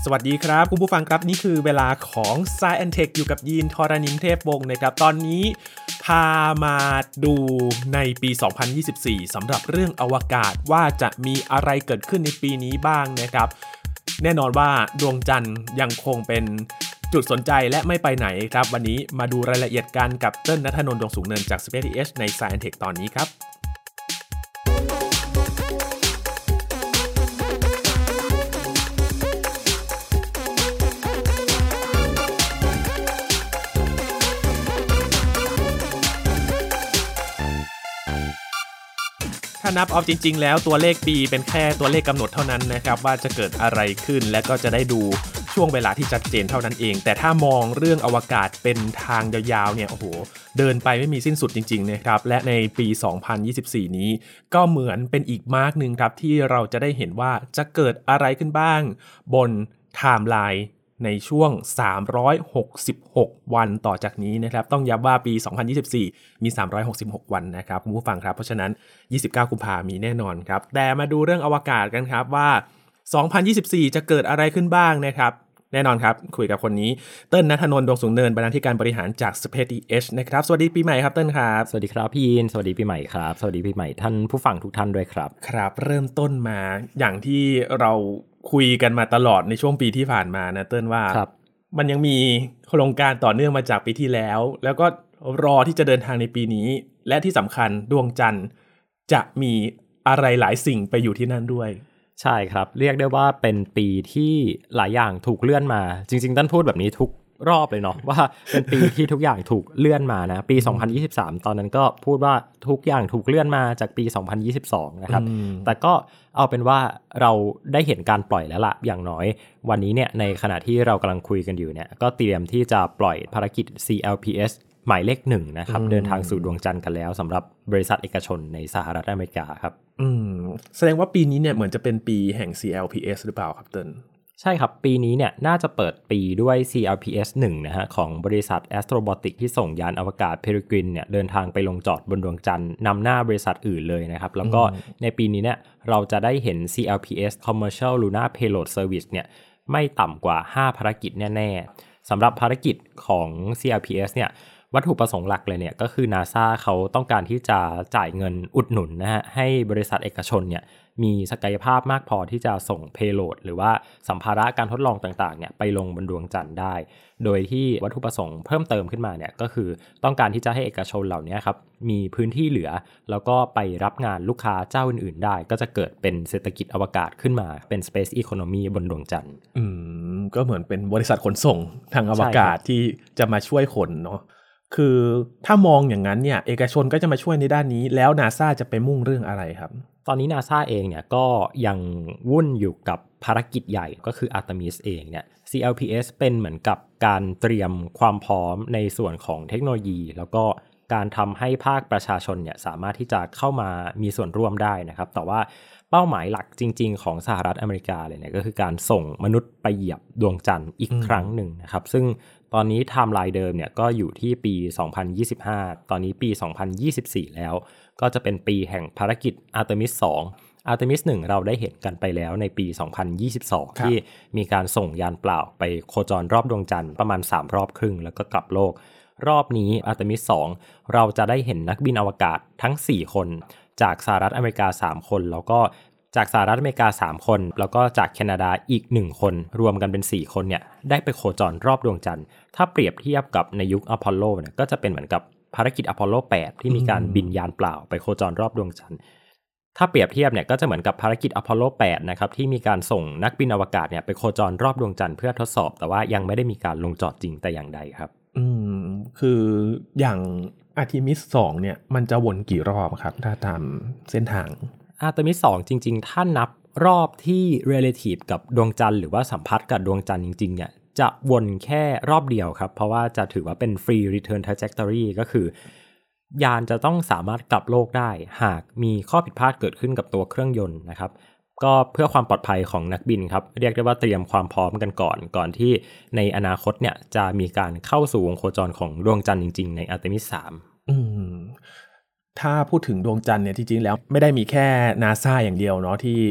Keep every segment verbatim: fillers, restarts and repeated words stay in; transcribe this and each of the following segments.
สวัสดีครับคุณผู้ฟังครับนี่คือเวลาของ Science Tech อยู่กับยีนทรณินเทพวงศ์นะครับตอนนี้พามาดูในปีสองพันยี่สิบสี่สำหรับเรื่องอวกาศว่าจะมีอะไรเกิดขึ้นในปีนี้บ้างนะครับแน่นอนว่าดวงจันทร์ยังคงเป็นจุดสนใจและไม่ไปไหนครับวันนี้มาดูรายละเอียดกันกับเติ้ลณัฐนนท์ ดวงสูงเนินจาก SpaceX ใน Science Tech ตอนนี้ครับถ้านับเอาจริงๆแล้วตัวเลขปีเป็นแค่ตัวเลขกำหนดเท่านั้นนะครับว่าจะเกิดอะไรขึ้นและก็จะได้ดูช่วงเวลาที่ชัดเจนเท่านั้นเองแต่ถ้ามองเรื่องอวกาศเป็นทางยาวๆเนี่ยโอ้โหเดินไปไม่มีสิ้นสุดจริงๆนะครับและในปีสองพันยี่สิบสี่นี้ก็เหมือนเป็นอีกมาร์กนึงครับที่เราจะได้เห็นว่าจะเกิดอะไรขึ้นบ้างบนไทม์ไลน์ในช่วงสามร้อยหกสิบหกวันต่อจากนี้นะครับต้องย้ำว่าปีสองพันยี่สิบสี่มีสามร้อยหกสิบหกวันนะครับคุณผู้ฟังครับเพราะฉะนั้นยี่สิบเก้ากุมภาพันธ์มีแน่นอนครับแต่มาดูเรื่องอวกาศกันครับว่าสองพันยี่สิบสี่จะเกิดอะไรขึ้นบ้างนะครับแน่นอนครับคุยกับคนนี้เติ้ลณัฐนนท์ ดวงสูงเนินบรรณาธิการบริหารจาก SpaceX นะครับสวัสดีปีใหม่ครับเติ้ลครับสวัสดีครับพี่ยินสวัสดีปีใหม่ครับสวัสดีปีใหม่ท่านผู้ฟังทุกท่านด้วยครับครับเริ่มต้นมาอย่างที่เราคุยกันมาตลอดในช่วงปีที่ผ่านมานะเติ้ลว่ามันยังมีโครงการต่อเนื่องมาจากปีที่แล้วแล้วก็รอที่จะเดินทางในปีนี้และที่สำคัญดวงจันทร์จะมีอะไรหลายสิ่งไปอยู่ที่นั่นด้วยใช่ครับเรียกได้ว่าเป็นปีที่หลายอย่างถูกเลื่อนมาจริงๆท่านพูดแบบนี้ทุกรอบเลยเนาะว่าเป็นปีที่ทุกอย่างถูกเลื่อนมานะปีสองพันยี่สิบสามตอนนั้นก็พูดว่าทุกอย่างถูกเลื่อนมาจากปีสองพันยี่สิบสองนะครับแต่ก็เอาเป็นว่าเราได้เห็นการปล่อยแล้วล่ะอย่างน้อยวันนี้เนี่ยในขณะที่เรากำลังคุยกันอยู่เนี่ยก็เตรียมที่จะปล่อยภารกิจ ซี แอล พี เอส หมายเลขหนึ่งนะครับเดินทางสู่ดวงจันทร์กันแล้วสำหรับบริษัทเอกชนในสหรัฐอเมริกาครับอืมแสดงว่าปีนี้เนี่ยเหมือนจะเป็นปีแห่ง ซี แอล พี เอส หรือเปล่าครับเติ้ลใช่ครับปีนี้เนี่ยน่าจะเปิดปีด้วย ซี แอล พี เอส หนึ่งนะฮะของบริษัท Astrobotic ที่ส่งยานอวกาศ Peregrine เนี่ยเดินทางไปลงจอดบนดวงจันทร์นำหน้าบริษัทอื่นเลยนะครับแล้วก็ในปีนี้เนี่ยเราจะได้เห็น ซี แอล พี เอส Commercial Lunar Payload Service เนี่ยไม่ต่ำกว่าห้าภารกิจแน่ๆสำหรับภารกิจของ ซี แอล พี เอส เนี่ยวัตถุประสงค์หลักเลยเนี่ยก็คือ NASA เขาต้องการที่จะจ่ายเงินอุดหนุนนะฮะให้บริษัทเอกชนเนี่ยมีศักยภาพมากพอที่จะส่ง payload หรือว่าสัมภาระการทดลองต่างๆเนี่ยไปลงบนดวงจันทร์ได้โดยที่วัตถุประสงค์เพิ่มเติมขึ้นมาเนี่ยก็คือต้องการที่จะให้เอกชนเหล่านี้ครับมีพื้นที่เหลือแล้วก็ไปรับงานลูกค้าเจ้าอื่นๆได้ก็จะเกิดเป็นเศรษฐกิจอวกาศขึ้นมาเป็น space economy บนดวงจันทร์อืมก็เหมือนเป็นบริษัทขนส่งทางอวกาศที่จะมาช่วยขนเนาะคือถ้ามองอย่างนั้นเนี่ยเอกชนก็จะมาช่วยในด้านนี้แล้ว NASA จะไปมุ่งเรื่องอะไรครับตอนนี้ NASA เองเนี่ยก็ยังวุ่นอยู่กับภารกิจใหญ่ก็คือ Artemis เองเนี่ย ซี แอล พี เอส เป็นเหมือนกับการเตรียมความพร้อมในส่วนของเทคโนโลยีแล้วก็การทำให้ภาคประชาชนเนี่ยสามารถที่จะเข้ามามีส่วนร่วมได้นะครับแต่ว่าเป้าหมายหลักจริงๆของสหรัฐอเมริกาเลยเนี่ยก็คือการส่งมนุษย์ไปเหยียบดวงจันทร์อีกครั้งหนึ่งนะครับซึ่งตอนนี้ไทม์ไลน์เดิมเนี่ยก็อยู่ที่ปีสองพันยี่สิบห้าตอนนี้ปีสองพันยี่สิบสี่แล้วก็จะเป็นปีแห่งภารกิจ Artemis สอง Artemis หนึ่งเราได้เห็นกันไปแล้วในปีสองพันยี่สิบสองที่มีการส่งยานเปล่าไปโคจรรอบดวงจันทร์ประมาณสามรอบครึ่งแล้วก็กลับโลกรอบนี้ Artemis สองเราจะได้เห็นนักบินอวกาศทั้งสี่คนจากสหรัฐอเมริกาสามคนแล้วก็จากสหรัฐอเมริกาสามคนแล้วก็จากแคนาดาอีกหนึ่งคนรวมกันเป็นสี่คนเนี่ยได้ไปโคจรรอบดวงจันทร์ถ้าเปรียบเทียบกับในยุคอพอลโลเนี่ยก็จะเป็นเหมือนกับภารกิจอพอลโลแปดที่มีการบินยานเปล่าไปโคจรรอบดวงจันทร์ถ้าเปรียบเทียบเนี่ยก็จะเหมือนกับภารกิจอพอลโลแปดนะครับที่มีการส่งนักบินอวกาศเนี่ยไปโคจรรอบดวงจันทร์เพื่อทดสอบแต่ว่ายังไม่ได้มีการลงจอดจริงแต่อย่างใดครับอืมคืออย่าง Artemis สองเนี่ยมันจะวนกี่รอบครับถ้าตามเส้นทาง Artemis สองจริงๆถ้านับรอบที่ relative กับดวงจันทร์หรือว่าสัมพัทธ์กับดวงจันทร์จริงๆเนี่ยจะวนแค่รอบเดียวครับเพราะว่าจะถือว่าเป็น free return trajectory ก็คือยานจะต้องสามารถกลับโลกได้หากมีข้อผิดพลาดเกิดขึ้นกับตัวเครื่องยนต์นะครับก็เพื่อความปลอดภัยของนักบินครับเรียกได้ว่าเตรียมความพร้อมกันก่อนก่อนที่ในอนาคตเนี่ยจะมีการเข้าสู่วงโคจรของดวงจันทร์จริงๆใน Artemis สามอืมถ้าพูดถึงดวงจันทร์เนี่ยจริงๆแล้วไม่ได้มีแค่ NASA อย่างเดียวเนาะที่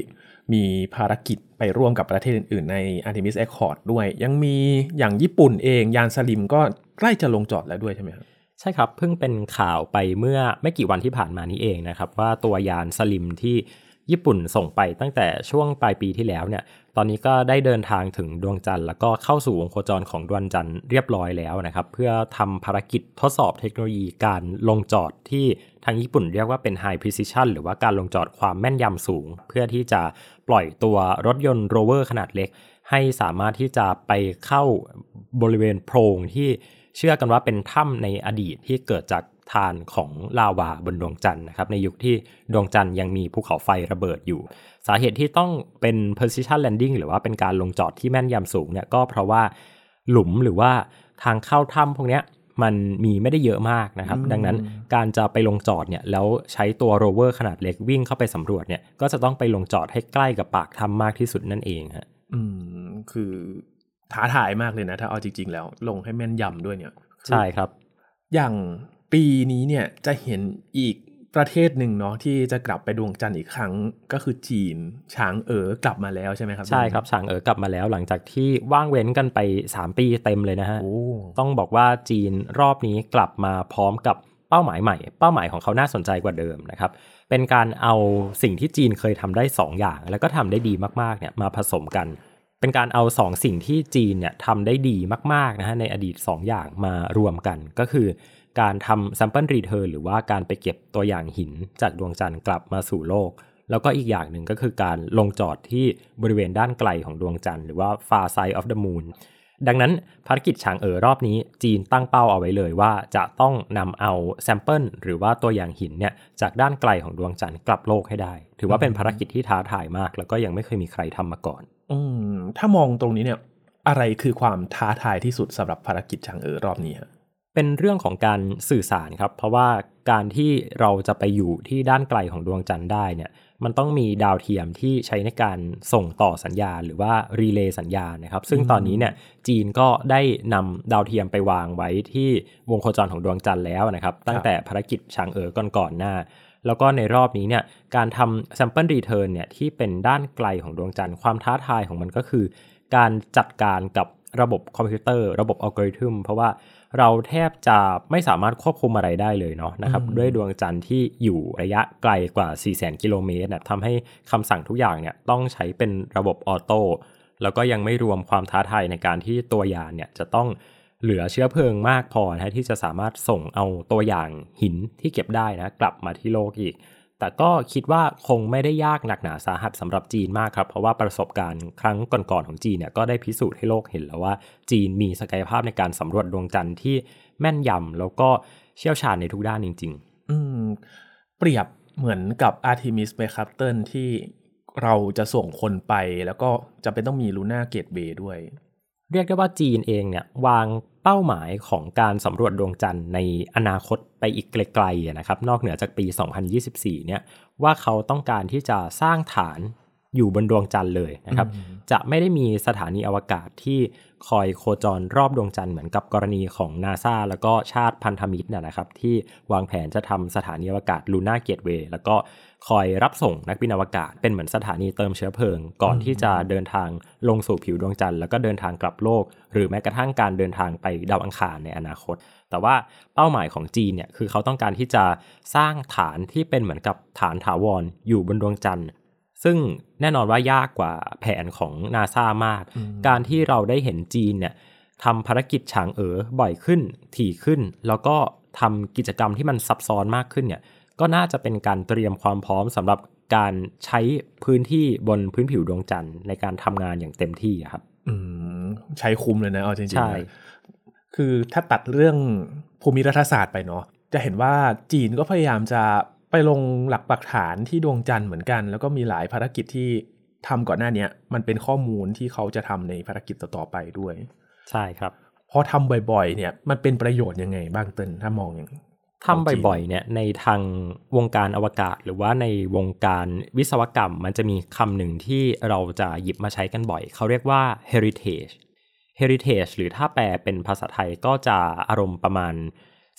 มีภารกิจไปร่วมกับประเทศอื่นๆใน Artemis Accord ด้วยยังมีอย่างญี่ปุ่นเองยานสลิมก็ใกล้จะลงจอดแล้วด้วยใช่ไหมครับใช่ครับเพิ่งเป็นข่าวไปเมื่อไม่กี่วันที่ผ่านมานี้เองนะครับว่าตัวยานสลิมที่ญี่ปุ่นส่งไปตั้งแต่ช่วงปลายปีที่แล้วเนี่ยตอนนี้ก็ได้เดินทางถึงดวงจันทร์แล้วก็เข้าสู่วงโคจรของดวงจันทร์เรียบร้อยแล้วนะครับเพื่อทำภารกิจทดสอบเทคโนโลยีการลงจอดที่ทางญี่ปุ่นเรียกว่าเป็น High Precision หรือว่าการลงจอดความแม่นยำสูงเพื่อที่จะปล่อยตัวรถยนต์โรเวอร์ขนาดเล็กให้สามารถที่จะไปเข้าบริเวณโพรงที่เชื่อกันว่าเป็นถ้ำในอดีตที่เกิดจากทานของลาวาบนดวงจันทร์นะครับในยุคที่ดวงจันทร์ยังมีภูเขาไฟระเบิดอยู่สาเหตุที่ต้องเป็น precision landing หรือว่าเป็นการลงจอดที่แม่นยำสูงเนี่ยก็เพราะว่าหลุมหรือว่าทางเข้าถ้ำพวกเนี้ยมันมีไม่ได้เยอะมากนะครับดังนั้นการจะไปลงจอดเนี่ยแล้วใช้ตัวโรเวอร์ขนาดเล็กวิ่งเข้าไปสำรวจเนี่ยก็จะต้องไปลงจอดให้ใกล้กับปากถ้ำมากที่สุดนั่นเองฮะอืมคือท้าทายมากเลยนะถ้าเอาจริงๆแล้วลงให้แม่นยำด้วยเนี่ยใช่ครับอย่างปีนี้เนี่ยจะเห็นอีกประเทศหนึ่งเนาะที่จะกลับไปดวงจันทร์อีกครั้งก็คือจีนฉางเอ๋อกลับมาแล้วใช่ไหมครับใช่ครับฉางเอ๋อกลับมาแล้วหลังจากที่ว่างเว้นกันไปสามปีเต็มเลยนะฮะต้องบอกว่าจีนรอบนี้กลับมาพร้อมกับเป้าหมายใหม่เป้าหมายของเขาน่าสนใจกว่าเดิมนะครับเป็นการเอาสิ่งที่จีนเคยทำได้สองอย่างแล้วก็ทำได้ดีมากๆเนี่ยมาผสมกันเป็นการเอาสองสิ่งที่จีนเนี่ยทำได้ดีมากๆนะฮะในอดีตสองอย่างมารวมกันก็คือการทำ sample return หรือว่าการไปเก็บตัวอย่างหินจากดวงจันทร์กลับมาสู่โลกแล้วก็อีกอย่างหนึ่งก็คือการลงจอดที่บริเวณด้านไกลของดวงจันทร์หรือว่า far side of the moon ดังนั้นภารกิจฉางเอ๋อรอบนี้จีนตั้งเป้าเอาไว้เลยว่าจะต้องนำเอา sample หรือว่าตัวอย่างหินเนี่ยจากด้านไกลของดวงจันทร์กลับโลกให้ได้ถือว่าเป็นภารกิจที่ท้าทายมากแล้วก็ยังไม่เคยมีใครทำมาก่อนอืมถ้ามองตรงนี้เนี่ยอะไรคือความท้าทายที่สุดสำหรับภารกิจฉางเอ๋อรอบนี้ฮะเป็นเรื่องของการสื่อสารครับเพราะว่าการที่เราจะไปอยู่ที่ด้านไกลของดวงจันทร์ได้เนี่ยมันต้องมีดาวเทียมที่ใช้ในการส่งต่อสัญญาณหรือว่ารีเลย์สัญญาณนะครับซึ่งตอนนี้เนี่ยจีนก็ได้นำดาวเทียมไปวางไว้ที่วงโคจรของดวงจันทร์แล้วนะครับตั้งแต่ภารกิจฉางเอ๋อก่อนๆหน้าแล้วก็ในรอบนี้เนี่ยการทำ sample return เนี่ยที่เป็นด้านไกลของดวงจันทร์ความท้าทายของมันก็คือการจัดการกับระบบคอมพิวเตอร์ระบบอัลกอริทึมเพราะว่าเราแทบจะไม่สามารถควบคุมอะไรได้เลยเนาะนะครับด้วยดวงจันทร์ที่อยู่ระยะไกลกว่า สี่แสน กิโลเมตรนะทำให้คำสั่งทุกอย่างเนี่ยต้องใช้เป็นระบบออโต้แล้วก็ยังไม่รวมความท้าทายในการที่ตัวยานเนี่ยจะต้องเหลือเชื้อเพลิงมากพอนะที่จะสามารถส่งเอาตัวอย่างหินที่เก็บได้นะกลับมาที่โลกอีกแต่ก็คิดว่าคงไม่ได้ยากหนักหนาสาหัสสำหรับจีนมากครับเพราะว่าประสบการณ์ครั้งก่อนๆของจีนเนี่ยก็ได้พิสูจน์ให้โลกเห็นแล้วว่าจีนมีศักยภาพในการสำรวจดวงจันทร์ที่แม่นยำแล้วก็เชี่ยวชาญในทุกด้านจริงๆอืมเปรียบเหมือนกับ Artemis ไหมครับเติ้ลที่เราจะส่งคนไปแล้วก็จะเป็นต้องมี Lunar Gateway ด้วยเรียกได้ว่าจีนเองเนี่ยวางเป้าหมายของการสำรวจดวงจันทร์ในอนาคตไปอีกไกลๆนะครับนอกเหนือจากปีสองพันยี่สิบสี่เนี่ยว่าเขาต้องการที่จะสร้างฐานอยู่บนดวงจันทร์เลยนะครับจะไม่ได้มีสถานีอวกาศที่คอยโคจรรอบดวงจันทร์เหมือนกับกรณีของ NASA แล้วก็ชาติพันธมิตรนะครับที่วางแผนจะทำสถานีอวกาศ Lunar Gateway แล้วก็คอยรับส่งนักบินอวกาศเป็นเหมือนสถานีเติมเชื้อเพลิงก่อนที่จะเดินทางลงสู่ผิวดวงจันทร์แล้วก็เดินทางกลับโลกหรือแม้กระทั่งการเดินทางไปดาวอังคารในอนาคตแต่ว่าเป้าหมายของจีนเนี่ยคือเขาต้องการที่จะสร้างฐานที่เป็นเหมือนกับฐานถาวรอยู่บนดวงจันทร์ซึ่งแน่นอนว่ายากกว่าแผนของ NASA มากการที่เราได้เห็นจีนเนี่ยทำภารกิจฉางเอ๋อบ่อยขึ้นถี่ขึ้นแล้วก็ทำกิจกรรมที่มันซับซ้อนมากขึ้นเนี่ยก็น่าจะเป็นการเตรียมความพร้อมสำหรับการใช้พื้นที่บนพื้นผิวดวงจันทร์ในการทำงานอย่างเต็มที่ครับอืมใช้คุ้มเลยนะเอาจริงๆใช่คือถ้าตัดเรื่องภูมิรัฐศาสตร์ไปเนาะจะเห็นว่าจีนก็พยายามจะไปลงหลักปักฐานที่ดวงจันทร์เหมือนกันแล้วก็มีหลายภารกิจที่ทำก่อนหน้านี้มันเป็นข้อมูลที่เขาจะทำในภารกิจต่อๆไปด้วยใช่ครับพอทำบ่อยๆเนี่ยมันเป็นประโยชน์ยังไงบ้างเติ้ลถ้ามองอย่างทำบ่อยๆเนี่ยในทางวงการอวกาศหรือว่าในวงการวิศวกรรมมันจะมีคำหนึ่งที่เราจะหยิบมาใช้กันบ่อยเขาเรียกว่า heritage heritage หรือถ้าแปลเป็นภาษาไทยก็จะอารมณ์ประมาณ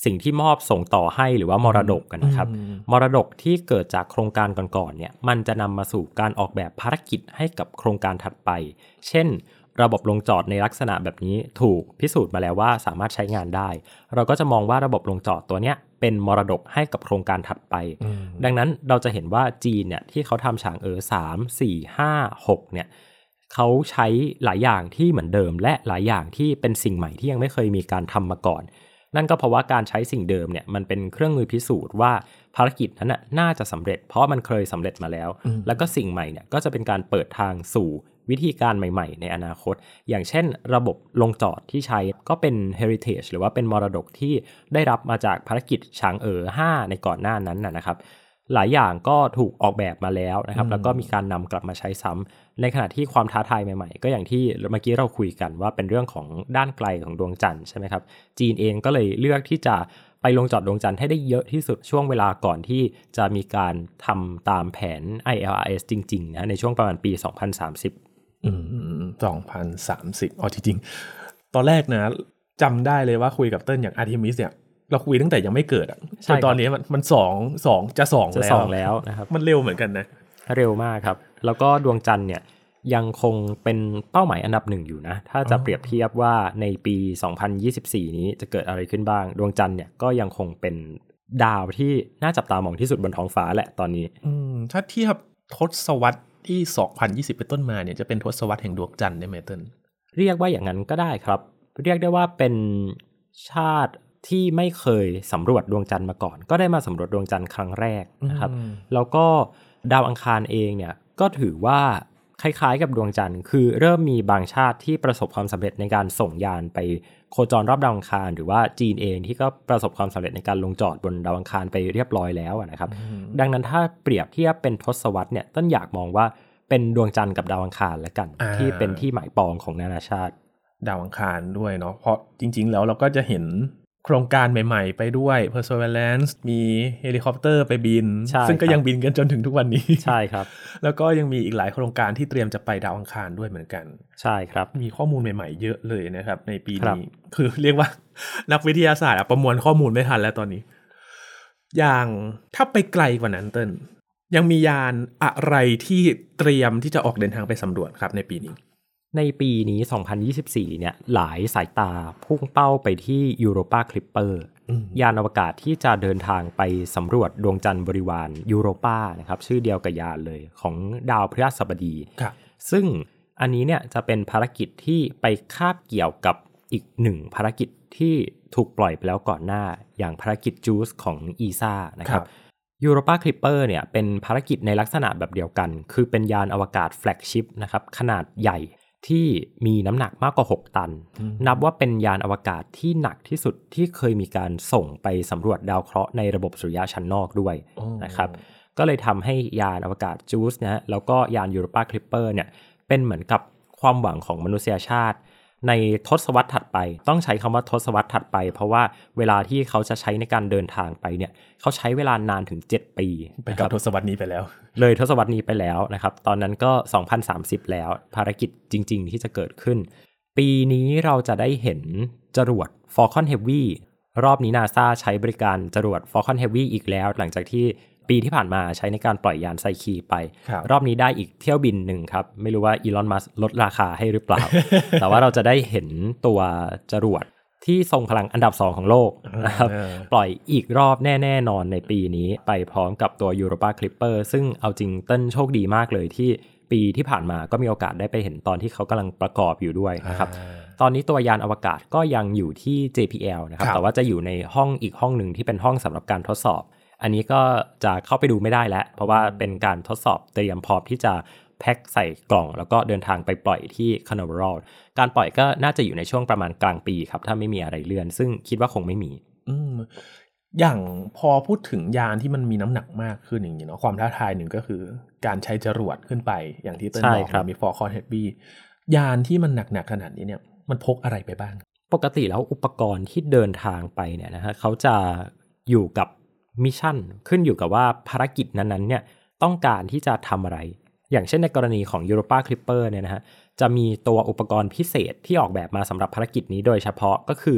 สิ่งที่มอบส่งต่อให้หรือว่ามรดกกันนะครับมรดกที่เกิดจากโครงการก่อนๆเนี่ยมันจะนำมาสู่การออกแบบภารกิจให้กับโครงการถัดไปเช่นระบบลงจอดในลักษณะแบบนี้ถูกพิสูจน์มาแล้วว่าสามารถใช้งานได้เราก็จะมองว่าระบบลงจอดตัวเนี้ยเป็นมรดกให้กับโครงการถัดไปดังนั้นเราจะเห็นว่าจีนเนี่ยที่เขาทำฉางเอ๋อสาม สี่ ห้า หกเนี่ยเขาใช้หลายอย่างที่เหมือนเดิมและหลายอย่างที่เป็นสิ่งใหม่ที่ยังไม่เคยมีการทำมาก่อนนั่นก็เพราะว่าการใช้สิ่งเดิมเนี่ยมันเป็นเครื่องมือพิสูจน์ว่าภารกิจนั้นน่าจะสำเร็จเพราะมันเคยสำเร็จมาแล้วแล้วก็สิ่งใหม่เนี่ยก็จะเป็นการเปิดทางสู่วิธีการใหม่ๆในอนาคตอย่างเช่นระบบลงจอดที่ใช้ก็เป็น heritage หรือว่าเป็นมรดกที่ได้รับมาจากภารกิจฉางเอ๋อห้าในก่อนหน้านั้นนะครับหลายอย่างก็ถูกออกแบบมาแล้วนะครับแล้วก็มีการนำกลับมาใช้ซ้ำในขณะที่ความท้าทายใหม่ๆก็อย่างที่เมื่อกี้เราคุยกันว่าเป็นเรื่องของด้านไกลของดวงจันทร์ใช่ไหมครับจีนเองก็เลยเลือกที่จะไปลงจอดดวงจันทร์ให้ได้เยอะที่สุดช่วงเวลาก่อนที่จะมีการทำตามแผน ไอ แอล อาร์ เอส จริงๆนะในช่วงประมาณปีสองพันสามสิบอืมสองพันสามสิบอ๋อจริงๆตอนแรกนะจำได้เลยว่าคุยกับเติ้ลอย่าง Artemis เนี่ยเราคุยตั้งแต่ยังไม่เกิดอ่ะจนตอนนี้มันมันสองสองจะสองแล้วจะสองแล้วนะครับมันเร็วเหมือนกันนะเร็วมากครับแล้วก็ดวงจันทร์เนี่ยยังคงเป็นเป้าหมายอันดับหนึ่งอยู่นะถ้าจะเปรียบเทียบว่าในปีสองพันยี่สิบสี่นี้จะเกิดอะไรขึ้นบ้างดวงจันทร์เนี่ยก็ยังคงเป็นดาวที่น่าจับตามองที่สุดบนท้องฟ้าแหละตอนนี้อืมถ้าเทียบทศวรรษที่สองพันยี่สิบเป็นต้นมาเนี่ยจะเป็นทศวรรษแห่งดวงจันทร์ได้ไหมเติ้ลเรียกว่าอย่างนั้นก็ได้ครับเรียกได้ว่าเป็นชาติที่ไม่เคยสำรวจดวงจันทร์มาก่อนก็ได้มาสำรวจดวงจันทร์ครั้งแรกนะครับแล้วก็ดาวอังคารเองเนี่ยก็ถือว่าคล้ายๆกับดวงจันทร์คือเริ่มมีบางชาติที่ประสบความสำเร็จในการส่งยานไปโคจรรอบดาวอังคารหรือว่าจีนเองที่ก็ประสบความสำเร็จในการลงจอดบนดาวอังคารไปเรียบร้อยแล้วนะครับดังนั้นถ้าเปรียบเทียบเป็นทศวรรษเนี่ยต้นอยากมองว่าเป็นดวงจันทร์กับดาวอังคารละกันที่เป็นที่หมายปองของนานาชาติดาวอังคารด้วยเนาะเพราะจริงๆแล้วเราก็จะเห็นโครงการใหม่ๆไปด้วย Perseverance มีเฮลิคอปเตอร์ไปบินซึ่งก็ยังบินกันจนถึงทุกวันนี้ใช่ครับแล้วก็ยังมีอีกหลายโครงการที่เตรียมจะไปดาวอังคารด้วยเหมือนกันใช่ครับมีข้อมูลใหม่ๆเยอะเลยนะครับในปีนี้คือเรียกว่านักวิทยาศาสตร์ประมวลข้อมูลไม่ทันแล้วตอนนี้อย่างถ้าไปไกลกว่านั้นเติ้ลยังมียานอะไรที่เตรียมที่จะออกเดินทางไปสำรวจครับในปีนี้ในปีนี้สองพันยี่สิบสี่เนี่ยหลายสายตาพุ่งเป้าไปที่ Europa Clipper ยานอวกาศที่จะเดินทางไปสำรวจดวงจันทร์บริวารยูโรปานะครับชื่อเดียวกับยานเลยของดาวพฤหัสบดีซึ่งอันนี้เนี่ยจะเป็นภารกิจที่ไปคาบเกี่ยวกับอีกหนึ่งภารกิจที่ถูกปล่อยไปแล้วก่อนหน้าอย่างภารกิจจูสของ อี เอ เอส เอ นะครับ Europa Clipper เนี่ยเป็นภารกิจในลักษณะแบบเดียวกันคือเป็นยานอวกาศแฟลกชิพนะครับขนาดใหญ่ที่มีน้ำหนักมากกว่าหกตันนับว่าเป็นยานอวกาศที่หนักที่สุดที่เคยมีการส่งไปสำรวจดาวเคราะห์ในระบบสุริยะชั้นนอกด้วยนะครับก็เลยทำให้ยานอวกาศจูสนะฮะแล้วก็ยาน Europa Clipper เนี่ยเป็นเหมือนกับความหวังของมนุษยชาติในทศวรรษถัดไปต้องใช้คำว่าทศวรรษถัดไปเพราะว่าเวลาที่เขาจะใช้ในการเดินทางไปเนี่ยเขาใช้เวลานานถึงเจ็ดปีไปกับทศวรรษนี้ไปแล้วเลยทศวรรษนี้ไปแล้วนะครับตอนนั้นก็สองพันสามสิบแล้วภารกิจจริงๆที่จะเกิดขึ้นปีนี้เราจะได้เห็นจรวด Falcon Heavy รอบนี้ NASA ใช้บริการจรวด Falcon Heavy อีกแล้วหลังจากที่ปีที่ผ่านมาใช้ในการปล่อยยานไซคีไป ร, รอบนี้ได้อีกเที่ยวบินหนึ่งครับไม่รู้ว่าอีลอนมัสก์ลดราคาให้หรือเปล่า แต่ว่าเราจะได้เห็นตัวจรวดที่ทรงพลังอันดับสองของโลกนะครับปล่อยอีกรอบแน่ๆนอนในปีนี้ไปพร้อมกับตัว Europa Clipper ซึ่งเอาจริงเติ้ลโชคดีมากเลยที่ปีที่ผ่านมาก็มีโอกาสได้ไปเห็นตอนที่เขากำลังประกอบอยู่ด้วยนะครับตอนนี้ตัวยานอวกาศก็ยังอยู่ที่ เจ พี แอล นะครับแต่ว่าจะอยู่ในห้องอีกห้องหนึ่งที่เป็นห้องสำหรับการทดสอบอันนี้ก็จะเข้าไปดูไม่ได้แล้วเพราะว่าเป็นการทดสอบเตรียมพร้อมที่จะแพ็คใส่กล่องแล้วก็เดินทางไปปล่อยที่ Canaveral การปล่อยก็น่าจะอยู่ในช่วงประมาณกลางปีครับถ้าไม่มีอะไรเลื่อนซึ่งคิดว่าคงไม่มีอืมอย่างพอพูดถึงยานที่มันมีน้ำหนักมากขึ้นอย่างนี้เนาะความท้าทายหนึ่งก็คือการใช้จรวดขึ้นไปอย่างที่เติ้ลบอกมี Falcon Heavy ยานที่มันหนักๆขนาดนี้เนี่ยมันพกอะไรไปบ้างปกติแล้วอุปกรณ์ที่เดินทางไปเนี่ยนะฮะเขาจะอยู่กับมิชชั่นขึ้นอยู่กับว่าภารกิจนั้นๆเนี่ยต้องการที่จะทำอะไรอย่างเช่นในกรณีของ Europa Clipper เนี่ยนะฮะจะมีตัวอุปกรณ์พิเศษที่ออกแบบมาสำหรับภารกิจนี้โดยเฉพาะก็คือ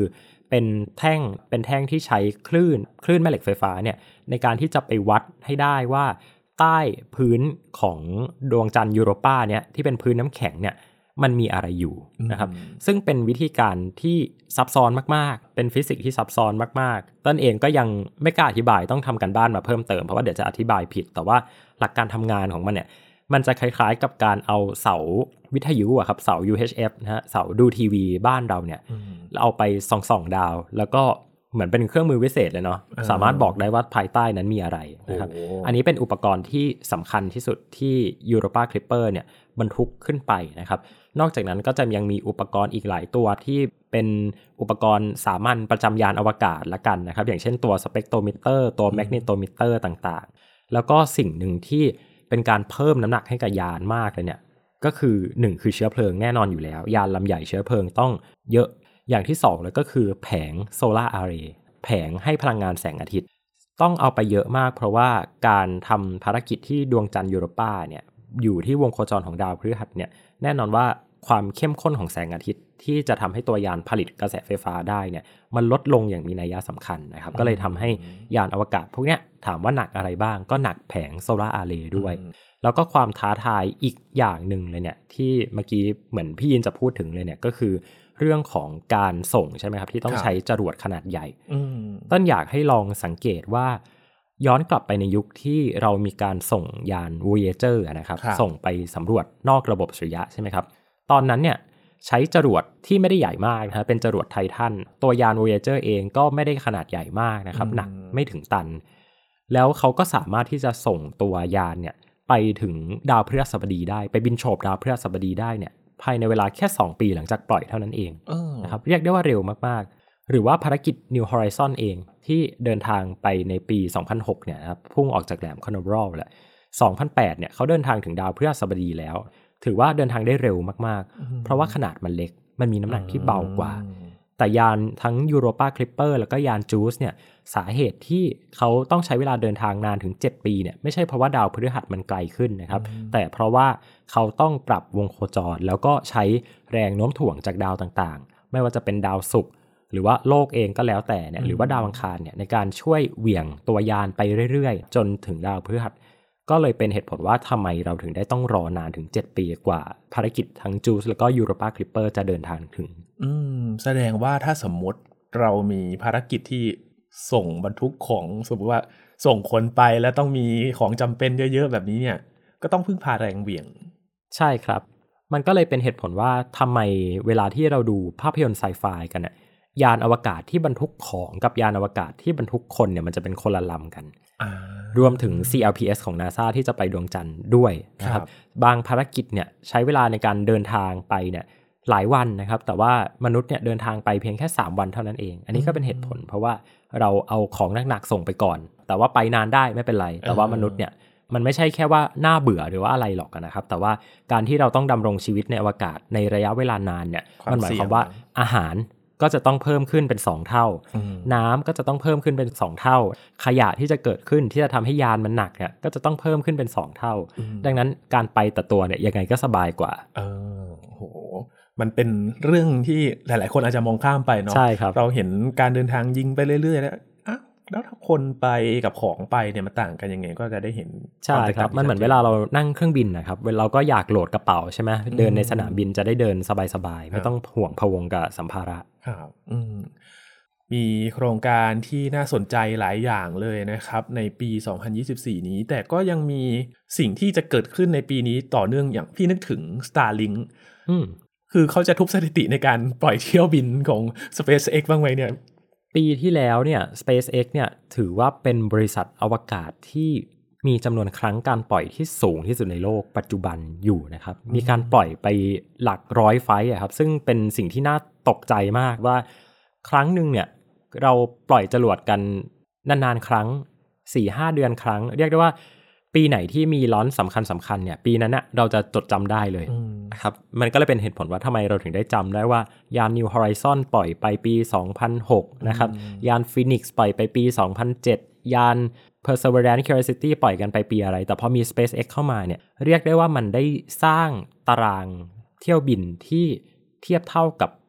เป็นแท่งเป็นแท่งที่ใช้คลื่นคลื่นแม่เหล็กไฟฟ้าเนี่ยในการที่จะไปวัดให้ได้ว่าใต้พื้นของดวงจันทร์ยูโรปาเนี่ยที่เป็นพื้นน้ำแข็งเนี่ยมันมีอะไรอยู่นะครับซึ่งเป็นวิธีการที่ซับซ้อนมากๆเป็นฟิสิกส์ที่ซับซ้อนมากๆต้นเองก็ยังไม่กล้าอธิบายต้องทำกันบ้านมาเพิ่มเติมเพราะว่าเดี๋ยวจะอธิบายผิดแต่ว่าหลักการทำงานของมันเนี่ยมันจะคล้ายๆกับการเอาเสาวิทยุอะครับเสา ยู เอช เอฟ นะฮะเสาดูทีวีบ้านเราเนี่ยแล้วเอาไปส่องๆดาวแล้วก็เหมือนเป็นเครื่องมือวิเศษเลยเนาะสามารถบอกได้ว่าภายใต้นั้นมีอะไรนะครับอันนี้เป็นอุปกรณ์ที่สำคัญที่สุดที่ Europa Clipper เนี่ยบรรทุกขึ้นไปนะครับนอกจากนั้นก็จะยังมีอุปกรณ์อีกหลายตัวที่เป็นอุปกรณ์สามัญประจำยานอวกาศละกันนะครับอย่างเช่นตัวสเปกโทรมิเตอร์ตัวแมกเนโตมิเตอร์ต่างๆแล้วก็สิ่งหนึ่งที่เป็นการเพิ่มน้ำหนักให้กับยานมากเลยเนี่ยก็คือหนึ่งคือเชื้อเพลิงแน่นอนอยู่แล้วยานลำใหญ่เชื้อเพลิงต้องเยอะอย่างที่สองเลยก็คือแผงโซลาร์อาร์เรย์แผงให้พลังงานแสงอาทิตย์ต้องเอาไปเยอะมากเพราะว่าการทำภารกิจที่ดวงจันทร์ยูโรปาเนี่ยอยู่ที่วงโคจรของดาวพฤหัสเนี่ยแน่นอนว่าความเข้มข้นของแสงอาทิตย์ที่จะทำให้ตัวยานผลิตกระแสไฟฟ้าได้เนี่ยมันลดลงอย่างมีนัยสำคัญนะครับก็เลยทำให้ยานอวกาศพวกเนี้ยถามว่าหนักอะไรบ้างก็หนักแผงโซลาร์อาร์เรย์ด้วยแล้วก็ความท้าทายอีกอย่างหนึ่งเลยเนี่ยที่เมื่อกี้เหมือนพี่ยินจะพูดถึงเลยเนี่ยก็คือเรื่องของการส่งใช่ไหมครับที่ต้องใช้จรวดขนาดใหญ่ต้นอยากให้ลองสังเกตว่าย้อนกลับไปในยุคที่เรามีการส่งยาน Voyager นะครับส่งไปสำรวจนอกระบบสุริยะใช่ไหมครับตอนนั้นเนี่ยใช้จรวดที่ไม่ได้ใหญ่มากนะครับเป็นจรวดไททันตัวยาน Voyager เองก็ไม่ได้ขนาดใหญ่มากนะครับหนักไม่ถึงตันแล้วเขาก็สามารถที่จะส่งตัวยานเนี่ยไปถึงดาวพฤหัสบดีได้ไปบินโฉบดาวพฤหัสบดีได้เนี่ยภายในเวลาแค่สองปีหลังจากปล่อยเท่านั้นเองนะครับเรียกได้ว่าเร็วมากๆหรือว่าภารกิจ New Horizon เองที่เดินทางไปในปีสองพันหกเนี่ยครับพุ่งออกจากแหลมคานเบรัลแหละสองพันแปดเนี่ยเขาเดินทางถึงดาวพฤหัสบดีแล้วถือว่าเดินทางได้เร็วมากๆเพราะว่าขนาดมันเล็กมันมีน้ำหนักที่เบากว่าแต่ยานทั้ง Europa Clipper แล้วก็ยาน JUICE เนี่ยสาเหตุที่เขาต้องใช้เวลาเดินทางนานถึงเจ็ดปีเนี่ยไม่ใช่เพราะว่าดาวพฤหัสมันไกลขึ้นนะครับแต่เพราะว่าเขาต้องปรับวงโคจรแล้วก็ใช้แรงโน้มถ่วงจากดาวต่างๆไม่ว่าจะเป็นดาวศุกร์หรือว่าโลกเองก็แล้วแต่เนี่ยหรือว่าดาวอังคารเนี่ยในการช่วยเหวี่ยงตัวยานไปเรื่อยๆจนถึงดาวพฤหัสก็เลยเป็นเหตุผลว่าทำไมเราถึงได้ต้องรอนานถึงเจ็ดปีกว่าภารกิจทั้ง JUICE แล้วก็ Europa Clipper จะเดินทางถึงอืมแสดงว่าถ้าสมมติเรามีภารกิจที่ส่งบรรทุกของสมมติว่าส่งคนไปแล้วต้องมีของจำเป็นเยอะๆแบบนี้เนี่ยก็ต้องพึ่งพาแรงเหวี่ยงใช่ครับมันก็เลยเป็นเหตุผลว่าทำไมเวลาที่เราดูภาพยนตร์ไซไฟกันน่ะยานอวกาศที่บรรทุกของกับยานอวกาศที่บรรทุกคนเนี่ยมันจะเป็นคนละลำกันรวมถึง ซี แอล พี เอส ของ NASA ที่จะไปดวงจันทร์ด้วยนะครับบางภารกิจเนี่ยใช้เวลาในการเดินทางไปเนี่ยหลายวันนะครับแต่ว่ามนุษย์เนี่ยเดินทางไปเพียงแค่สามวันเท่านั้นเองอันนี้ก็เป็นเหตุผลเพราะว่าเราเอาของหนักๆส่งไปก่อนแต่ว่าไปนานได้ไม่เป็นไรแต่ว่ามนุษย์เนี่ยมันไม่ใช่แค่ว่าน่าเบื่อหรือว่าอะไรหรอกนะครับแต่ว่าการที่เราต้องดำรงชีวิตในอวกาศในระยะเวลานานเนี่ยมันหมายความว่าอาหารก็จะต้องเพิ่มขึ้นเป็นสองเท่าน้ำก็จะต้องเพิ่มขึ้นเป็นสองเท่าขยะที่จะเกิดขึ้นที่จะทำให้ยานมันหนักเนี่ยก็จะต้องเพิ่มขึ้นเป็นสองเท่าดังนั้นการไปแต่ตัวเนี่ยยังไงก็สบายกว่าเออโหมันเป็นเรื่องที่หลายๆคนอาจจะมองข้ามไปเนาะใช่ครับเราเห็นการเดินทางยิงไปเรื่อยๆแล้วอ่ะแล้วถ้าคนไปกับของไปเนี่ยมันต่างกันยังไงก็จะได้เห็นใช่ครับมันเหมือนเวลาเรานั่งเครื่องบินนะครับเวลาเราก็อยากโหลดกระเป๋าใช่ไหมเดินในสนามบินจะได้เดินสบายๆไม่ต้องห่วงพะวงกับสัมภาระครับอืมมีโครงการที่น่าสนใจหลายอย่างเลยนะครับในปีสองพันยี่สิบสี่นี้แต่ก็ยังมีสิ่งที่จะเกิดขึ้นในปีนี้ต่อเนื่องอย่างพี่นึกถึง Starlink อืมคือเขาจะทุบสถิติในการปล่อยเที่ยวบินของ SpaceX บ้างไหมเนี่ยปีที่แล้วเนี่ย SpaceX เนี่ยถือว่าเป็นบริษัทอวกาศที่มีจำนวนครั้งการปล่อยที่สูงที่สุดในโลกปัจจุบันอยู่นะครับมีการปล่อยไปหลักร้อยไฟล์อะครับซึ่งเป็นสิ่งที่น่าตกใจมากว่าครั้งหนึ่งเนี่ยเราปล่อยจรวดกันนานๆครั้ง สี่ห้า เดือนครั้งเรียกได้ว่าปีไหนที่มีลอนช์สำคัญสำคัญเนี่ยปีนั้นน่ะเราจะจดจำได้เลยครับมันก็เลยเป็นเหตุผลว่าทำไมเราถึงได้จำได้ว่ายาน New Horizon ปล่อยไปปีสองพันหกนะครับยาน Phoenix ปล่อยไปปีสองพันเจ็ดยาน Perseverance Curiosity ปล่อยกันไปปีอะไรแต่พอมี SpaceX เข้ามาเนี่ยเรียกได้ว่ามันได้สร้างตารางเที่ยวบินที่เทียบเท่ากับ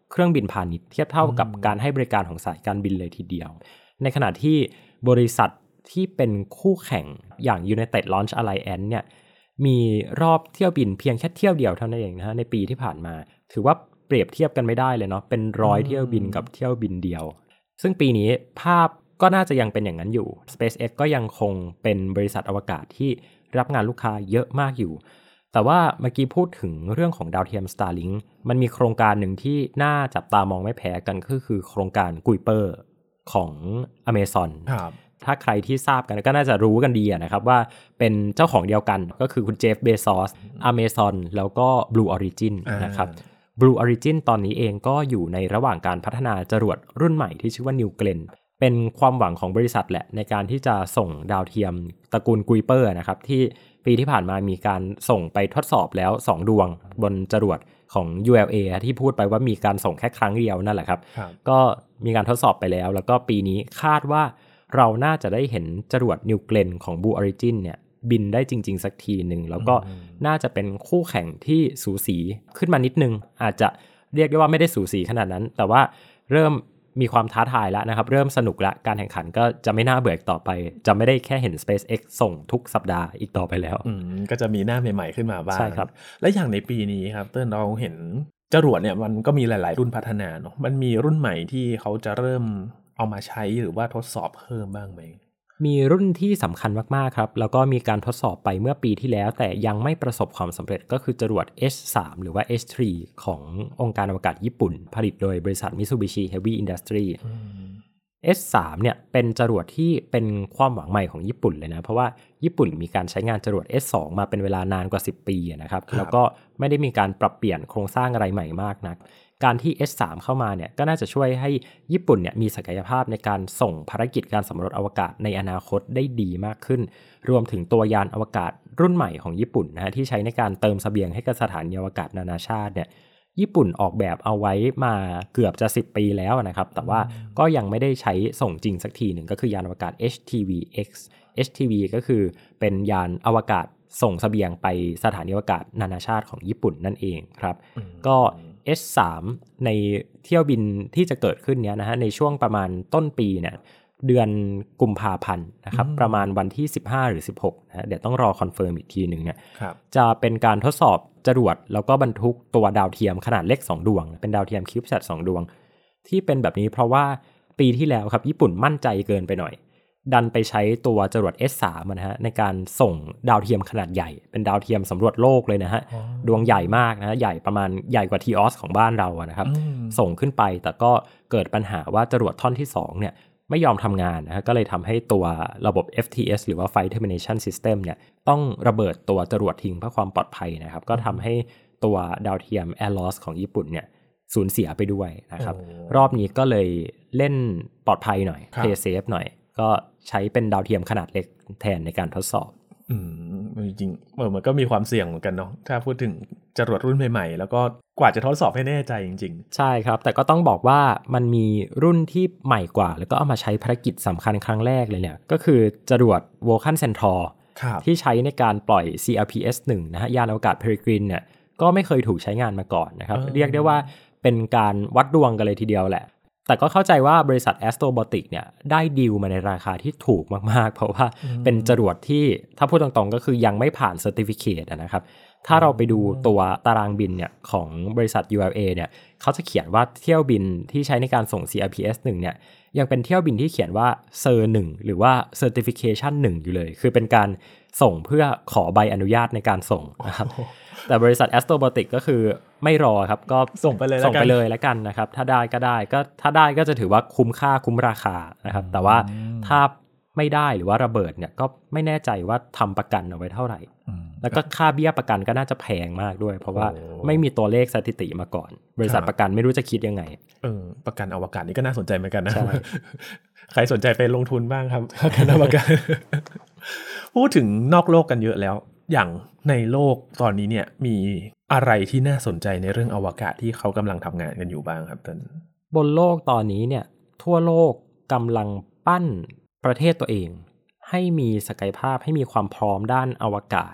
เครื่องบินพาณิชย์เทียบเท่ากับการให้บริการของสายการบินเลยทีเดียวในขณะที่บริษัทที่เป็นคู่แข่งอย่าง United Launch Alliance เนี่ยมีรอบเที่ยวบินเพียงแค่เที่ยวเดียวเท่านั้นเองนะฮะในปีที่ผ่านมาถือว่าเปรียบเทียบกันไม่ได้เลยเนาะเป็นร้อยเที่ยวบินกับเที่ยวบินเดียวซึ่งปีนี้ภาพก็น่าจะยังเป็นอย่างนั้นอยู่ SpaceX ก็ยังคงเป็นบริษัทอวกาศที่รับงานลูกค้าเยอะมากอยู่แต่ว่าเมื่อกี้พูดถึงเรื่องของดาวเทียม Starlink มันมีโครงการหนึ่งที่น่าจับตามองไม่แพ้กันก็คือโครงการกุยเปอร์ของ Amazon ครับถ้าใครที่ทราบกันก็น่าจะรู้กันดีนะครับว่าเป็นเจ้าของเดียวกันก็คือคุณเจฟเบซอส Amazon แล้วก็ Blue Origin นะครับ Blue Origin ตอนนี้เองก็อยู่ในระหว่างการพัฒนาจรวดรุ่นใหม่ที่ชื่อว่า New Glenn เป็นความหวังของบริษัทแหละในการที่จะส่งดาวเทียมตระกูลกุยเปอร์นะครับที่ปีที่ผ่านมามีการส่งไปทดสอบแล้วสองดวงบนจรวดของ ยู แอล เอ ที่พูดไปว่ามีการส่งแค่ครั้งเดียวนั่นแหละครับก็มีการทดสอบไปแล้วแล้วก็ปีนี้คาดว่าเราน่าจะได้เห็นจรวด New Glenn ของ Blue Origin เนี่ยบินได้จริงๆสักทีหนึ่งแล้วก็น่าจะเป็นคู่แข่งที่สูสีขึ้นมานิดนึงอาจจะเรียกได้ว่าไม่ได้สูสีขนาดนั้นแต่ว่าเริ่มมีความท้าทายแล้วนะครับเริ่มสนุกละการแข่งขันก็จะไม่น่าเบื่อต่อไปจะไม่ได้แค่เห็น SpaceX ส่งทุกสัปดาห์อีกต่อไปแล้วก็จะมีหน้าใหม่ๆขึ้นมาบ้างใช่ครับและอย่างในปีนี้ครับเติ้ลเราเห็นจรวดเนี่ยมันก็มีหลายๆรุ่นพัฒนาเนาะมันมีรุ่นใหม่ที่เขาจะเริ่มเอามาใช้หรือว่าทดสอบเพิ่มบ้างไหมมีรุ่นที่สำคัญมากๆครับแล้วก็มีการทดสอบไปเมื่อปีที่แล้วแต่ยังไม่ประสบความสำเร็จก็คือจรวด เอช ทรี หรือว่า เอช ทรี ขององค์การอวกาศญี่ปุ่นผลิตโดยบริษัท Mitsubishi Heavy Industry เอช ทรี เนี่ยเป็นจรวดที่เป็นความหวังใหม่ของญี่ปุ่นเลยนะเพราะว่าญี่ปุ่นมีการใช้งานจรวด เอช ทู มาเป็นเวลานานกว่าสิบปีนะครับแล้วก็ไม่ได้มีการปรับเปลี่ยนโครงสร้างอะไรใหม่มากนักการที่ เอช ทรี เข้ามาเนี่ยก็น่าจะช่วยให้ญี่ปุ่นเนี่ยมีศักยภาพในการส่งภารกิจการสำรวจอวกาศในอนาคตได้ดีมากขึ้นรวมถึงตัวยานอวกาศรุ่นใหม่ของญี่ปุ่นนะฮะที่ใช้ในการเติมเสบียงให้กับสถานีอวกาศนานาชาติเนี่ยญี่ปุ่นออกแบบเอาไว้มาเกือบจะสิบปีแล้วนะครับแต่ว่าก็ยังไม่ได้ใช้ส่งจริงสักทีหนึ่งก็คือยานอวกาศ เอช ที วี เอ็กซ์ เอช ที วี ก็คือเป็นยานอวกาศส่งเสบียงไปสถานีอวกาศนานาชาติของญี่ปุ่นนั่นเองครับก็เอช ทรี ในเที่ยวบินที่จะเกิดขึ้นเนี้ยนะฮะในช่วงประมาณต้นปีเนี่ยเดือนกุมภาพันธ์นะครับประมาณวันที่สิบห้าหรือสิบหกนะเดี๋ยวต้องรอคอนเฟิร์มอีกทีหนึ่งเนี่ยจะเป็นการทดสอบจรวดแล้วก็บรรทุกตัวดาวเทียมขนาดเล็กสองดวงเป็นดาวเทียม CubeSat สองดวงที่เป็นแบบนี้เพราะว่าปีที่แล้วครับญี่ปุ่นมั่นใจเกินไปหน่อยดันไปใช้ตัวจรวด เอช ทรี นะฮะในการส่งดาวเทียมขนาดใหญ่เป็นดาวเทียมสำรวจโลกเลยนะฮะดวงใหญ่มากนะใหญ่ประมาณใหญ่กว่า ที ออส ของบ้านเราอะนะครับส่งขึ้นไปแต่ก็เกิดปัญหาว่าจรวดท่อนที่สองเนี่ยไม่ยอมทำงานนะฮะก็เลยทำให้ตัวระบบ เอฟ ที เอส หรือว่า Flight Termination System เนี่ยต้องระเบิดตัวจรวดทิ้งเพื่อความปลอดภัยนะครับก็ทำให้ตัวดาวเทียม Air Loss ของญี่ปุ่นเนี่ยสูญเสียไปด้วยนะครับรอบนี้ก็เลยเล่นปลอดภัยหน่อย Play Safe หน่อยก็ใช้เป็นดาวเทียมขนาดเล็กแทนในการทดสอบอืมจริงๆเออมันก็มีความเสี่ยงเหมือนกันเนาะถ้าพูดถึงจรวดรุ่นใหม่ๆแล้วก็กว่าจะทดสอบให้แน่ใจจริงๆใช่ครับแต่ก็ต้องบอกว่ามันมีรุ่นที่ใหม่กว่าแล้วก็เอามาใช้ภารกิจสำคัญครั้งแรกเลยเนี่ยก็คือจรวด Vulcan Centaur ที่ใช้ในการปล่อย ซี แอล พี เอส หนึ่ง นะฮะยานอวกาศ Peregrine เนี่ยก็ไม่เคยถูกใช้งานมาก่อนนะครับเรียกได้ว่าเป็นการวัดดวงกันเลยทีเดียวแหละแต่ก็เข้าใจว่าบริษัท Astrobotic เนี่ยได้ดีลมาในราคาที่ถูกมากๆเพราะว่าเป็นจรวดที่ถ้าพูดตรงๆก็คือยังไม่ผ่าน Certificate นะครับถ้าเราไปดูตัวตารางบินเนี่ยของบริษัท ยู แอล เอ เนี่ยเขาจะเขียนว่าเที่ยวบินที่ใช้ในการส่ง ซี แอล พี เอส หนึ่งเนี่ยยังเป็นเที่ยวบินที่เขียนว่า เซอร์ หนึ่ง หรือว่า Certification หนึ่งอยู่เลยคือเป็นการส่งเพื่อขอใบอนุญาตในการส่งนะครับแต่บริษัท Astrobotic ก็คือไม่รอครับก็ส่งไปเลยส่งไปเลยแล้วกันนะครับถ้าได้ก็ได้ก็ถ้าได้ก็จะถือว่าคุ้มค่าคุ้มราคานะครับแต่ว่าถ้าไม่ได้หรือว่าระเบิดเนี่ยก็ไม่แน่ใจว่าทำประกันเอาไว้เท่าไหร่แล้วก็ค่าเบี้ยประกันก็น่าจะแพงมากด้วยเพราะว่าไม่มีตัวเลขสถิติมาก่อนบริษัทประกันไม่รู้จะคิดยังไงเออประกันอวกาศนี่ก็น่าสนใจเหมือนกันนะใครสนใจไปลงทุนบ้างครับประกันอวกาศพูดถึงนอกโลกกันเยอะแล้วอย่างในโลกตอนนี้เนี่ยมีอะไรที่น่าสนใจในเรื่องอวกาศที่เขากำลังทำงานกันอยู่บ้างครับท่านบนโลกตอนนี้เนี่ยทั่วโลกกำลังปั้นประเทศตัวเองให้มีศักยภาพให้มีความพร้อมด้านอวกาศ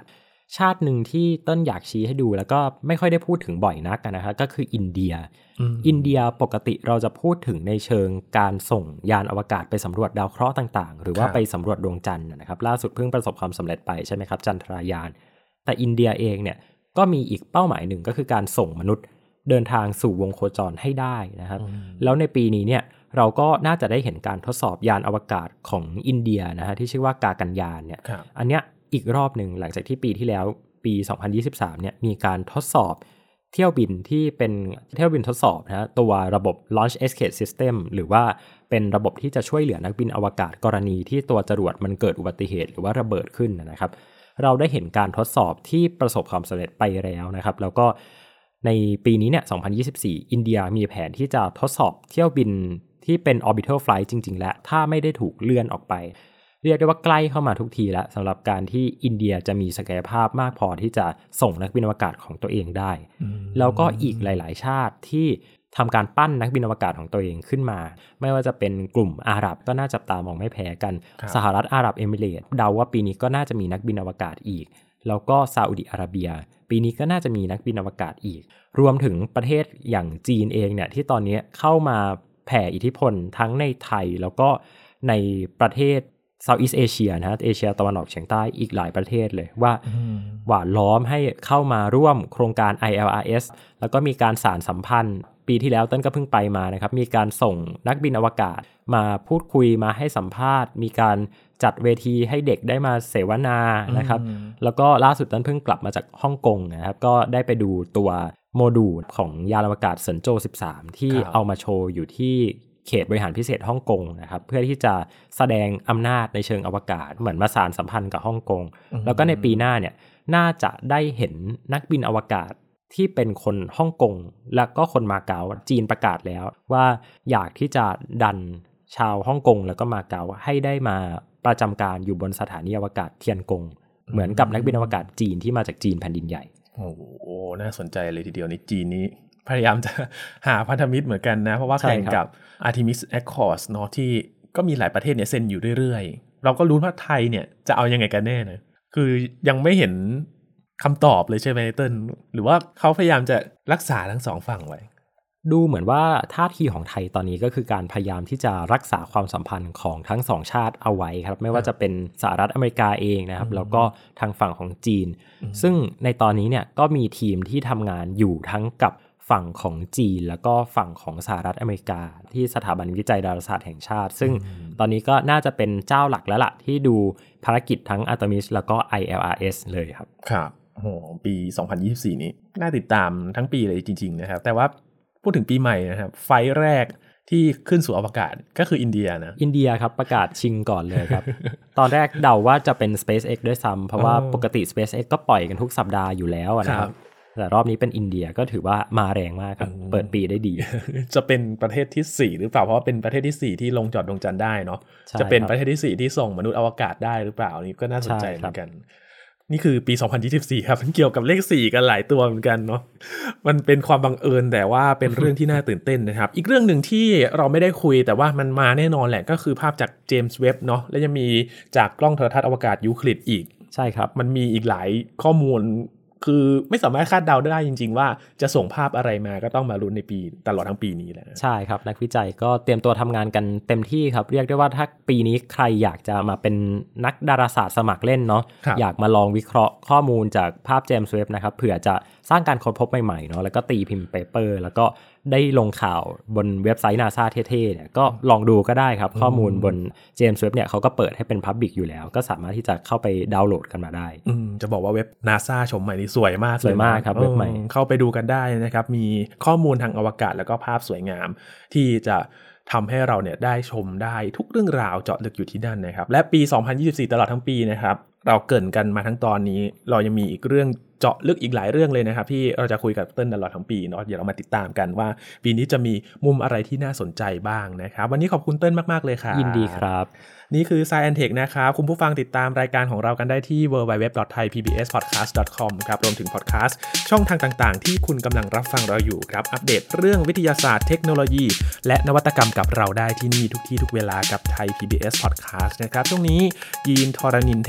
ชาติหนึ่งที่ต้นอยากชี้ให้ดูแล้วก็ไม่ค่อยได้พูดถึงบ่อยนักนะครับก็คืออินเดียอินเดียปกติเราจะพูดถึงในเชิงการส่งยานอวกาศไปสำรวจดาวเคราะห์ต่างๆหรือว่าไปสำรวจดวงจันทร์นะครับล่าสุดเพิ่งประสบความสำเร็จไปใช่ไหมครับจันทรายานแต่อินเดียเองเนี่ยก็มีอีกเป้าหมายหนึ่งก็คือการส่งมนุษย์เดินทางสู่วงโคจรให้ได้นะครับแล้วในปีนี้เนี่ยเราก็น่าจะได้เห็นการทดสอบยานอวกาศของอินเดียนะฮะที่ชื่อว่ากากันยานเนี่ยอันเนี้ยอีกรอบหนึ่งหลังจากที่ปีที่แล้วปีสองพันยี่สิบสามเนี่ยมีการทดสอบเที่ยวบินที่เป็นเที่ยวบินทดสอบนะฮะตัวระบบ Launch Escape System หรือว่าเป็นระบบที่จะช่วยเหลือนักบินอวกาศกรณีที่ตัวจรวดมันเกิดอุบัติเหตุหรือว่าระเบิดขึ้นนะครับเราได้เห็นการทดสอบที่ประสบความสำเร็จไปแล้วนะครับแล้วก็ในปีนี้เนี่ยสองพันยี่สิบสี่อินเดียมีแผนที่จะทดสอบเที่ยวบินที่เป็น orbital flight จริงๆและถ้าไม่ได้ถูกเลื่อนออกไปเรียกได้ว่าใกล้เข้ามาทุกทีแล้วสำหรับการที่อินเดียจะมีศักยภาพมากพอที่จะส่งนักบินอวกาศของตัวเองได้แล้วก็อีกหลายๆชาติที่ทำการปั้นนักบินอวกาศของตัวเองขึ้นมาไม่ว่าจะเป็นกลุ่มอาหรับก็น่าจับตามองไม่แพ้กันสหรัฐอาหรับเอมิเรตส์เดาว่าปีนี้ก็น่าจะมีนักบินอวกาศอีกแล้วก็ซาอุดิอาระเบียปีนี้ก็น่าจะมีนักบินอวกาศอีกรวมถึงประเทศอย่างจีนเองเนี่ยที่ตอนนี้เข้ามาแผ่อิทธิพลทั้งในไทยแล้วก็ในประเทศSoutheast Asia นะฮะเอเชียตะวันออกเฉียงใต้อีกหลายประเทศเลยว่าหวานล้อมให้เข้ามาร่วมโครงการ ไอ แอล อาร์ เอส แล้วก็มีการสานสัมพันธ์ปีที่แล้วต้นก็เพิ่งไปมานะครับมีการส่งนักบินอวกาศมาพูดคุยมาให้สัมภาษณ์มีการจัดเวทีให้เด็กได้มาเสวนานะครับแล้วก็ล่าสุดต้นเพิ่งกลับมาจากฮ่องกงนะครับก็ได้ไปดูตัวโมดูลของยานอวกาศเซินโจสิบสามที่เอามาโชว์อยู่ที่เขตบริหารพิเศษฮ่องกงนะครับเพื่อที่จะแสดงอำนาจในเชิงอวกาศเหมือนมาสานสัมพันธ์กับฮ่องกงแล้วก็ในปีหน้าเนี่ยน่าจะได้เห็นนักบินอวกาศที่เป็นคนฮ่องกงและก็คนมาเก๊าจีนประกาศแล้วว่าอยากที่จะดันชาวฮ่องกงแล้วก็มาเก๊าให้ได้มาประจำการอยู่บนสถานีอวกาศเทียนกงเหมือนกับนักบินอวกาศจีนที่มาจากจีนแผ่นดินใหญ่โอ้โหน่าสนใจเลยทีเดียวในจีนนี้พยายามจะหาพันธมิตรเหมือนกันนะเพราะว่าแข่งกับ Artemis Accords เนาะที่ก็มีหลายประเทศเนี่ยเซ็นอยู่เรื่อยๆเราก็รู้ว่าไทยเนี่ยจะเอายังไงกันแน่นะคือยังไม่เห็นคำตอบเลยใช่ไหมเติ้ลหรือว่าเขาพยายามจะรักษาทั้งสองฝั่งไว้ดูเหมือนว่าท่าทีของไทยตอนนี้ก็คือการพยายามที่จะรักษาความสัมพันธ์ของทั้งสองชาติเอาไว้ครับไม่ว่าจะเป็นสหรัฐอเมริกาเองนะครับแล้วก็ทางฝั่งของจีนซึ่งในตอนนี้เนี่ยก็มีทีมที่ทำงานอยู่ทั้งกับฝั่งของจีนแล้วก็ฝั่งของสหรัฐอเมริกาที่สถาบันวิจัยดาราศาสตร์แห่งชาติซึ่งตอนนี้ก็น่าจะเป็นเจ้าหลักแล้วล่ะที่ดูภารกิจทั้ง Artemis แล้วก็ ไอ แอล อาร์ เอส เลยครับครับโอ้โหปีสองพันยี่สิบสี่นี้น่าติดตามทั้งปีเลยจริงๆนะครับแต่ว่าพูดถึงปีใหม่นะครับไฟล์แรกที่ขึ้นสู่อวกาศก็คืออินเดียนะอินเดียครับประกาศชิงก่อนเลยครับ ตอนแรกเดาว่าจะเป็น SpaceX ด้วยซ้ำเพราะว่าปกติ SpaceX ก็ปล่อยกันทุกสัปดาห์อยู่แล้วนะครับแต่รอบนี้เป็นอินเดียก็ถือว่ามาแรงมากครับเปิดปีได้ดีจะเป็นประเทศที่สี่หรือเปล่าเพราะว่าเป็นประเทศที่สี่ที่ลงจอดดวงจันทร์ได้เนาะจะเป็นประเทศที่สี่ที่ส่งมนุษย์อวกาศได้หรือเปล่านี่ก็น่าสนใจเหมือนกันนี่คือปีสองพันยี่สิบสี่ครับมันเกี่ยวกับเลขสี่กันหลายตัวเหมือนกันเนาะมันเป็นความบังเอิญแต่ว่าเป็นเรื่องที่น่าตื่นเต้นนะครับอีกเรื่องหนึ่งที่เราไม่ได้คุยแต่ว่ามันมาแน่นอนแหละก็คือภาพจากเจมส์เว็บเนาะและยังมีจากกล้องโทรทัศน์อวกาศยูคลิดอีกใช่ครับมันมีอีกหลายข้อมูลคือไม่สามารถคาดเดาได้จริงๆว่าจะส่งภาพอะไรมาก็ต้องมาลุ้นในปีตลอดทั้งปีนี้แหละใช่ครับนักวิจัยก็เตรียมตัวทำงานกันเต็มที่ครับเรียกได้ว่าถ้าปีนี้ใครอยากจะมาเป็นนักดาราศาสตร์สมัครเล่นเนาะอยากมาลองวิเคราะห์ข้อมูลจากภาพเจมส์เว็บนะครับเผื่อจะสร้างการค้นพบใหม่ๆเนาะแล้วก็ตีพิมพ์เปเปอร์แล้วก็ได้ลงข่าวบนเว็บไซต์ NASA เท่ๆเนี่ยก็ลองดูก็ได้ครับข้อมูลบนเจมส์เว็บเนี่ยเขาก็เปิดให้เป็น Public อยู่แล้วก็สามารถที่จะเข้าไปดาวน์โหลดกันมาได้จะบอกว่าเว็บ NASA ชมใหม่นี่สวยมากสวยมากครับเว็บใหม่เข้าไปดูกันได้นะครับมีข้อมูลทางอวกาศแล้วก็ภาพสวยงามที่จะทำให้เราเนี่ยได้ชมได้ทุกเรื่องราวเจาะลึกอยู่ที่นั่นนะครับและปีสองพันยี่สิบสี่ตลอดทั้งปีนะครับเราเกริ่นกันมาทั้งตอนนี้เรายังมีอีกเรื่องเจาะลึกอีกหลายเรื่องเลยนะครับที่เราจะคุยกับเติ้ลตลอดทั้งปีเนาะเดี๋ยวเรามาติดตามกันว่าปีนี้จะมีมุมอะไรที่น่าสนใจบ้างนะครับวันนี้ขอบคุณเติ้ลมากๆเลยครับยินดีครับนี่คือ Science and Tech นะครับคุณผู้ฟังติดตามรายการของเรากันได้ที่ ดับเบิลยู ดับเบิลยู ดับเบิลยู ดอท ไทย พี บี เอส พอดแคสต์ ดอท คอม ครับรวมถึงพอดแคสต์ช่องทางต่างๆที่คุณกำลังรับฟังเราอยู่ครับอัปเดตเรื่องวิทยาศาสตร์เทคโนโลยีและนวัตกรรมกับเราได้ที่นี่ทุกที่ทุกเวลากับไทย พี บี เอส Podcast นะครับช่วงนี้ยีนทรณินเทพวงศ์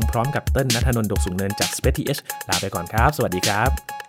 พร้อมกับเติ้ลณัฐนนท์ ดกสูงเนินจาก Space ที เอช ลาไปก่อนครับสวัสดีครับ